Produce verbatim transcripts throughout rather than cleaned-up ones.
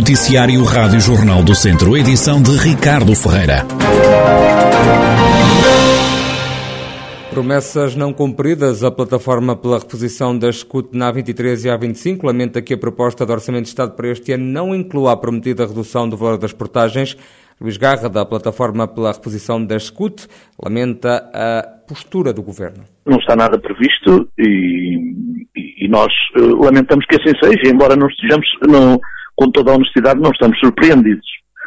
Noticiário Rádio Jornal do Centro, edição de Ricardo Ferreira. Promessas não cumpridas. A plataforma pela reposição da escute na A vinte e três e A vinte e cinco lamenta que a proposta de Orçamento de Estado para este ano não inclua a prometida redução do valor das portagens. Luís Garra, da plataforma pela reposição da escute, lamenta a postura do Governo. Não está nada previsto e, e, e nós uh, lamentamos que assim seja, embora não estejamos, não, com toda a honestidade, não estamos surpreendidos.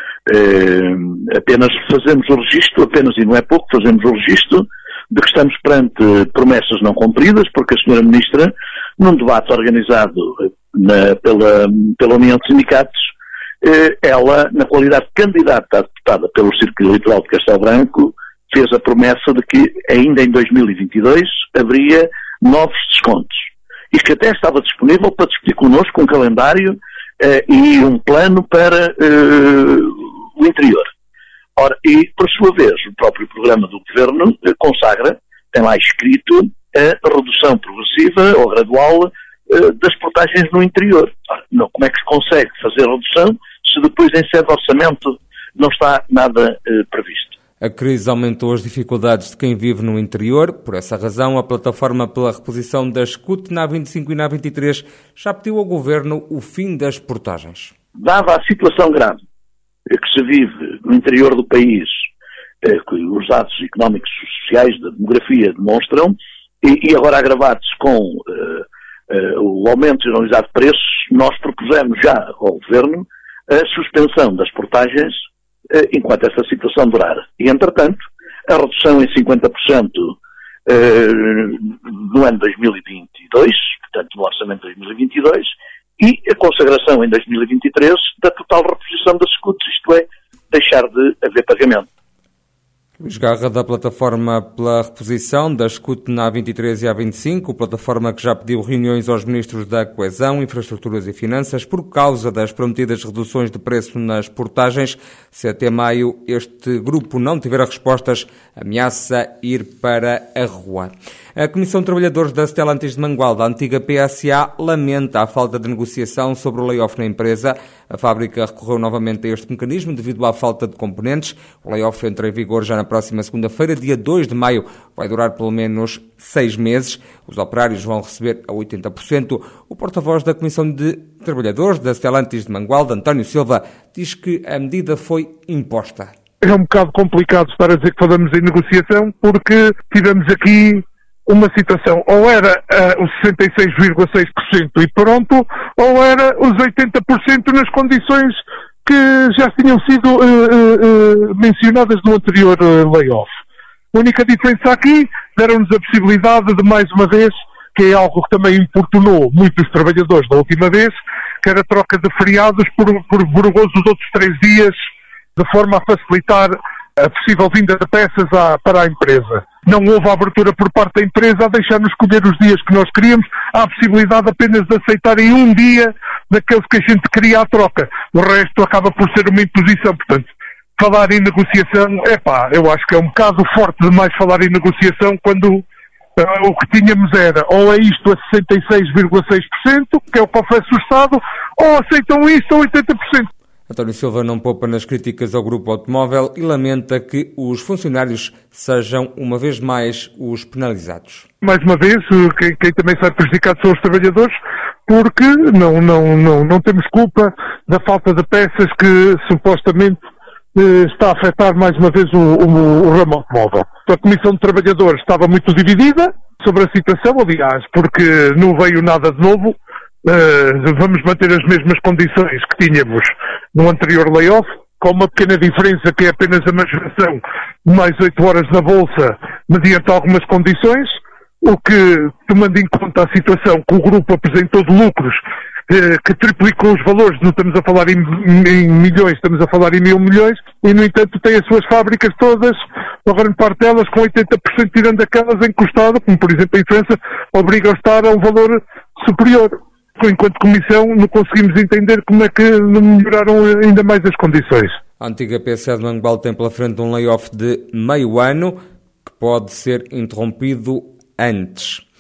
Uh, apenas fazemos o registro, apenas e não é pouco, fazemos o registro de que estamos perante promessas não cumpridas, porque a senhora Ministra, num debate organizado na, pela, pela União de Sindicatos, ela, na qualidade de candidata a deputada pelo Círculo Eleitoral de Castelo Branco, fez a promessa de que ainda em dois mil e vinte e dois haveria novos descontos. E que até estava disponível para discutir connosco um calendário eh, e um plano para eh, o interior. Ora, e, por sua vez, o próprio programa do Governo eh, consagra, tem lá escrito, a redução progressiva ou gradual eh, das portagens no interior. Ora, não, como é que se consegue fazer a redução se depois em sede de orçamento não está nada eh, previsto? A crise aumentou as dificuldades de quem vive no interior. Por essa razão, a plataforma pela reposição da escute na A vinte e cinco e na A vinte e três já pediu ao Governo o fim das portagens. Dada a situação grave que se vive no interior do país, eh, que os dados económicos e sociais da demografia demonstram, e, e agora agravados com eh, eh, o aumento generalizado de preços, nós propusemos já ao Governo a suspensão das portagens eh, enquanto esta situação durar. E, entretanto, a redução em cinquenta por cento eh, no ano dois mil e vinte e dois, portanto no orçamento de dois mil e vinte e dois, e a consagração em dois mil e vinte e três da total reposição das escutes, isto é, deixar de haver pagamento. Luís Garra, da plataforma pela reposição da escute na A vinte e três e A vinte e cinco, plataforma que já pediu reuniões aos ministros da Coesão, Infraestruturas e Finanças por causa das prometidas reduções de preço nas portagens. Se até maio este grupo não tiver respostas, ameaça ir para a rua. A Comissão de Trabalhadores da Stellantis de Mangualde, da antiga P S A, lamenta a falta de negociação sobre o layoff na empresa. A fábrica recorreu novamente a este mecanismo devido à falta de componentes. O layoff entra em vigor já na próxima segunda-feira, dia dois de maio. Vai durar pelo menos seis meses. Os operários vão receber a oitenta por cento. O porta-voz da Comissão de Trabalhadores da Stellantis de Mangualde, António Silva, diz que a medida foi imposta. É um bocado complicado estar a dizer que falamos em negociação, porque tivemos aqui uma situação, ou era uh, os sessenta e seis vírgula seis por cento e pronto, ou era os oitenta por cento nas condições que já tinham sido uh, uh, uh, mencionadas no anterior uh, layoff. A única diferença aqui, deram-nos a possibilidade de, mais uma vez, que é algo que também importunou muitos trabalhadores da última vez, que era a troca de feriados por, por, por gozo dos outros três dias, de forma a facilitar a possível vinda de peças à, para a empresa. Não houve abertura por parte da empresa a deixar-nos escolher os dias que nós queríamos. Há a possibilidade apenas de aceitarem um dia daqueles que a gente queria à troca. O resto acaba por ser uma imposição. Portanto, falar em negociação, epá, eu acho que é um bocado forte demais falar em negociação quando uh, o que tínhamos era ou é isto a sessenta e seis vírgula seis por cento, que é o que oferece o Estado, ou aceitam isto a oitenta por cento. António Silva não poupa nas críticas ao grupo automóvel e lamenta que os funcionários sejam, uma vez mais, os penalizados. Mais uma vez, quem, quem também sai prejudicado são os trabalhadores, porque não, não, não, não temos culpa da falta de peças que supostamente eh, está a afetar mais uma vez o, o, o ramo automóvel. A Comissão de Trabalhadores estava muito dividida sobre a situação, aliás, porque não veio nada de novo. Uh, vamos manter as mesmas condições que tínhamos no anterior layoff, com uma pequena diferença que é apenas a majoração de mais oito horas na Bolsa, mediante algumas condições, o que, tomando em conta a situação que o grupo apresentou de lucros, uh, que triplicou os valores, não estamos a falar em, em milhões, estamos a falar em mil milhões, e no entanto tem as suas fábricas todas, a grande parte delas com oitenta por cento tirando aquelas encostadas, como por exemplo em França, obriga a estar a um valor superior. Enquanto Comissão, não conseguimos entender como é que não melhoraram ainda mais as condições. A antiga P S A de Mangualde tem pela frente um layoff de meio ano, que pode ser interrompido antes.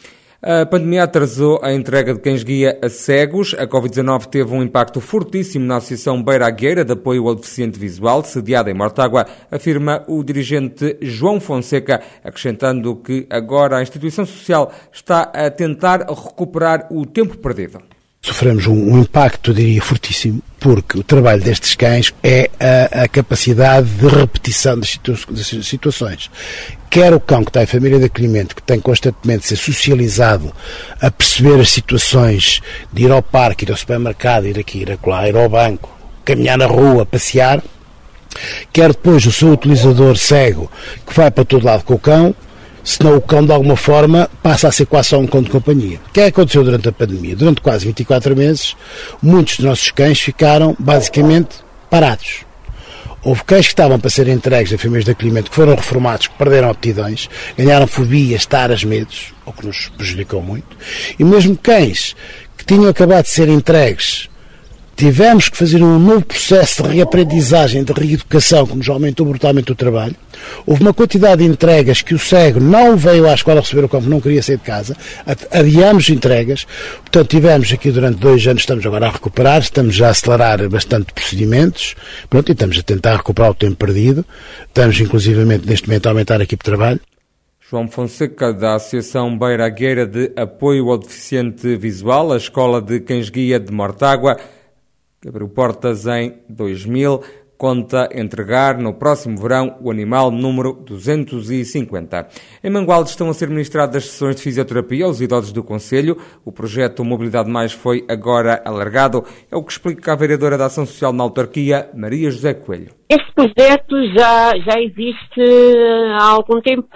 A pandemia atrasou a entrega de cães-guia a cegos. A covid dezanove teve um impacto fortíssimo na Associação Beira Agueira de Apoio ao Deficiente Visual, sediada em Mortágua, afirma o dirigente João Fonseca, acrescentando que agora a instituição social está a tentar recuperar o tempo perdido. Sofremos um, um impacto, eu diria, fortíssimo, porque o trabalho destes cães é a, a capacidade de repetição das, situa das situações. Quer o cão que está em família de acolhimento, que tem constantemente de ser socializado a perceber as situações de ir ao parque, ir ao supermercado, ir aqui, ir acolá, ir ao banco, caminhar na rua, passear, quer depois o seu utilizador cego, que vai para todo lado com o cão, senão o cão, de alguma forma, passa a ser quase só um cão de companhia. O que é que aconteceu durante a pandemia? Durante quase vinte e quatro meses, muitos dos nossos cães ficaram, basicamente, parados. Houve cães que estavam para serem entregues a famílias de acolhimento, que foram reformados, que perderam aptidões, ganharam fobias, taras, medos, o que nos prejudicou muito. E mesmo cães que tinham acabado de ser entregues, tivemos que fazer um novo processo de reaprendizagem, de reeducação, que nos aumentou brutalmente o trabalho. Houve uma quantidade de entregas que o cego não veio à escola receber o campo, não queria sair de casa. Adiamos entregas. Portanto, tivemos aqui durante dois anos, estamos agora a recuperar, estamos já a acelerar bastante procedimentos. Pronto, e estamos a tentar recuperar o tempo perdido. Estamos, inclusivamente, neste momento, a aumentar a equipe de trabalho. João Fonseca, da Associação Beira Agueira de Apoio ao Deficiente Visual, a Escola de Cães-Guia de Mortágua, que abriu portas em dois mil, conta entregar no próximo verão o animal número duzentos e cinquenta. Em Mangualde estão a ser ministradas sessões de fisioterapia aos idosos do concelho. O projeto Mobilidade Mais foi agora alargado. É o que explica a vereadora da Ação Social na autarquia, Maria José Coelho. Este projeto já, já existe há algum tempo.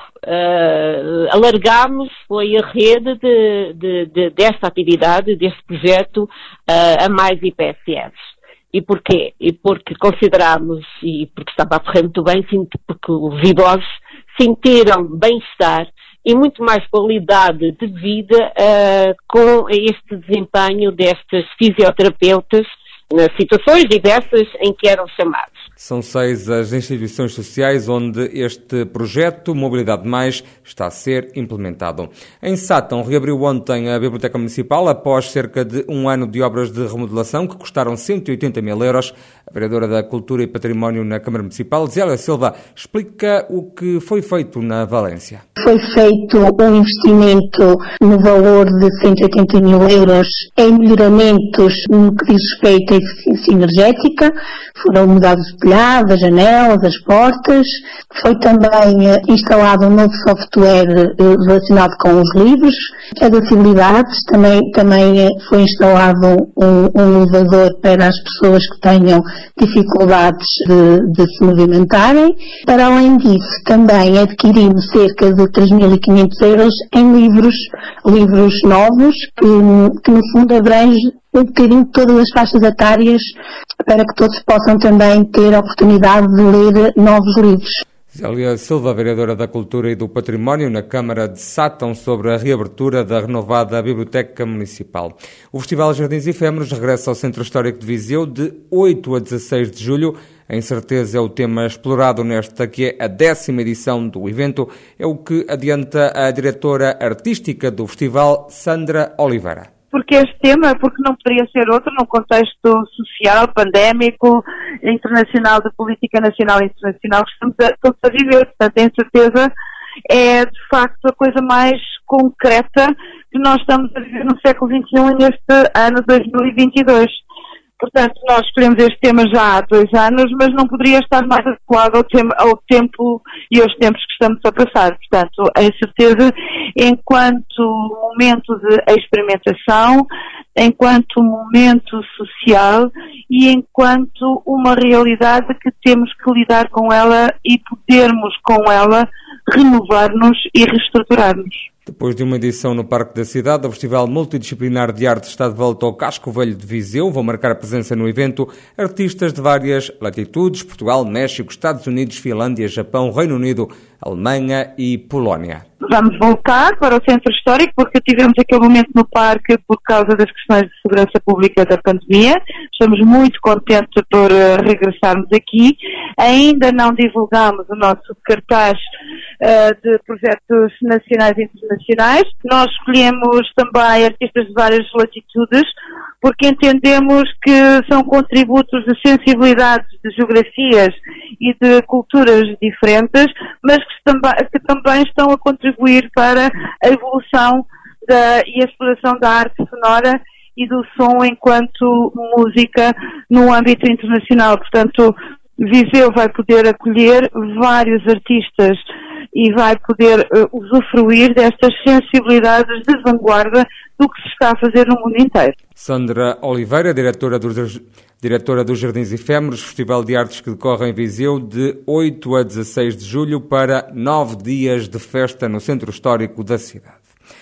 Uh, alargámos, foi a rede de, de, de, desta atividade, deste projeto, uh, a mais I P S S. E porquê? E porque consideramos, e porque estava a correr muito bem, porque os idosos sentiram bem-estar e muito mais qualidade de vida uh, com este desempenho destes fisioterapeutas nas situações diversas em que eram chamados. São seis as instituições sociais onde este projeto Mobilidade Mais está a ser implementado. Em Sátão reabriu ontem a Biblioteca Municipal após cerca de um ano de obras de remodelação que custaram cento e oitenta mil euros. A vereadora da Cultura e Património na Câmara Municipal, Zélia Silva, explica o que foi feito na Valência. Foi feito um investimento no valor de cento e oitenta mil euros em melhoramentos no que diz respeito à eficiência energética. Foram mudados os telhados, as janelas, as portas. Foi também uh, instalado um novo software uh, relacionado com os livros. As acessibilidades, também, também uh, foi instalado um, um elevador para as pessoas que tenham dificuldades de, de se movimentarem. Para além disso, também adquirimos cerca de três mil e quinhentos euros em livros, livros novos, que, que no fundo abrange um bocadinho todas as faixas etárias para que todos possam também ter a oportunidade de ler novos livros. Zélia Silva, vereadora da Cultura e do Património na Câmara de Sátão, sobre a reabertura da renovada Biblioteca Municipal. O Festival Jardins Efêmeros regressa ao Centro Histórico de Viseu de oito a dezasseis de julho. A incerteza é o tema explorado nesta que é a décima edição do evento. É o que adianta a diretora artística do festival, Sandra Oliveira. Porque este tema, porque não poderia ser outro num contexto social, pandémico, internacional, de política nacional e internacional que estamos a, todos a viver. Portanto, a incerteza é, de facto, a coisa mais concreta que nós estamos a viver no século vinte e um e neste ano dois mil e vinte e dois. Portanto, nós escolhemos este tema já há dois anos, mas não poderia estar mais adequado ao, tema, ao tempo e aos tempos que estamos a passar. Portanto, a incerteza, enquanto momento de experimentação, enquanto momento social e enquanto uma realidade que temos que lidar com ela e podermos com ela renovar-nos e reestruturar-nos. Depois de uma edição no Parque da Cidade, o Festival Multidisciplinar de Arte está de volta ao Casco Velho de Viseu. Vão marcar a presença no evento artistas de várias latitudes: Portugal, México, Estados Unidos, Finlândia, Japão, Reino Unido, Alemanha e Polónia. Vamos voltar para o centro histórico porque tivemos aquele momento no parque por causa das questões de segurança pública da pandemia. Estamos muito contentes por uh, regressarmos aqui. Ainda não divulgamos o nosso cartaz uh, de projetos nacionais e internacionais. Nós escolhemos também artistas de várias latitudes porque entendemos que são contributos de sensibilidades, de geografias e de culturas diferentes, mas que também, que também estão a contribuir para a evolução da, e a exploração da arte sonora e do som enquanto música no âmbito internacional. Portanto, Viseu vai poder acolher vários artistas e vai poder uh, usufruir destas sensibilidades de vanguarda do que se está a fazer no mundo inteiro. Sandra Oliveira, diretora dos, diretora dos Jardins Efêmeros, Festival de Artes que decorre em Viseu de oito a dezasseis de julho para nove dias de festa no centro histórico da cidade.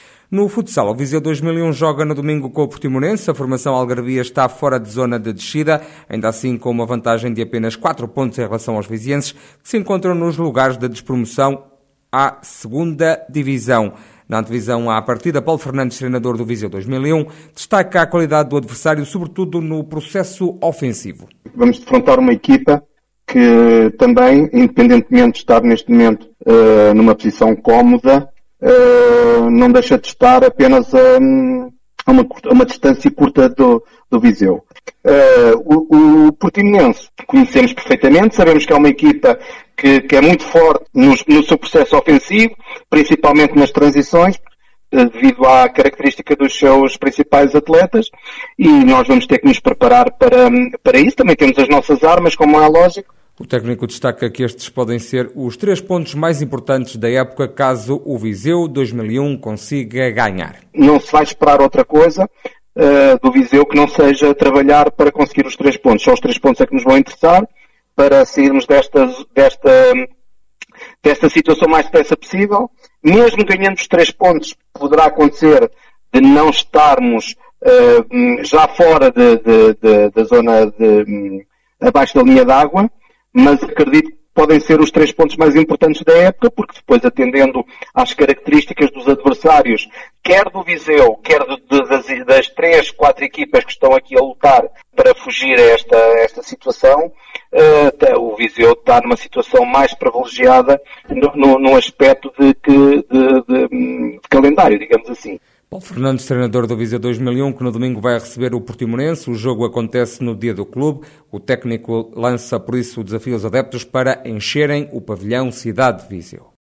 No futsal, o Viseu dois mil e um joga no domingo com o Portimonense. A formação algarvia está fora de zona de descida, ainda assim com uma vantagem de apenas quatro pontos em relação aos vizienses, que se encontram nos lugares da despromoção à segunda divisão. Na antevisão à partida, Paulo Fernandes, treinador do Viseu dois mil e um, destaca a qualidade do adversário, sobretudo no processo ofensivo. Vamos defrontar uma equipa que também, independentemente de estar neste momento uh, numa posição cómoda, uh, não deixa de estar apenas a, a, uma, a uma distância curta do, do Viseu. Uh, o, o Portimonense conhecemos perfeitamente, sabemos que é uma equipa que, que é muito forte no, no seu processo ofensivo, principalmente nas transições, uh, devido à característica dos seus principais atletas, e nós vamos ter que nos preparar para, para isso. Também temos as nossas armas, como é lógico. O técnico destaca que estes podem ser os três pontos mais importantes da época caso o Viseu dois mil e um consiga ganhar. Não se vai esperar outra coisa Uh, do Viseu que não seja trabalhar para conseguir os três pontos. Só os três pontos é que nos vão interessar para sairmos desta, desta, desta situação o mais depressa possível. Mesmo ganhando os três pontos, poderá acontecer de não estarmos uh, já fora de, de, de, da zona de, um, abaixo da linha d'água, mas acredito que podem ser os três pontos mais importantes da época, porque depois, atendendo às características dos adversários, quer do Viseu, quer de, de, das, das três, quatro equipas que estão aqui a lutar para fugir a esta, a esta situação, uh, o Viseu está numa situação mais privilegiada no, no, no aspecto de, de, de, de calendário, digamos assim. Paulo Fernandes, treinador do Viseu dois mil e um, que no domingo vai receber o Portimonense. O jogo acontece no dia do clube. O técnico lança, por isso, o desafio aos adeptos para encherem o pavilhão Cidade de Viseu.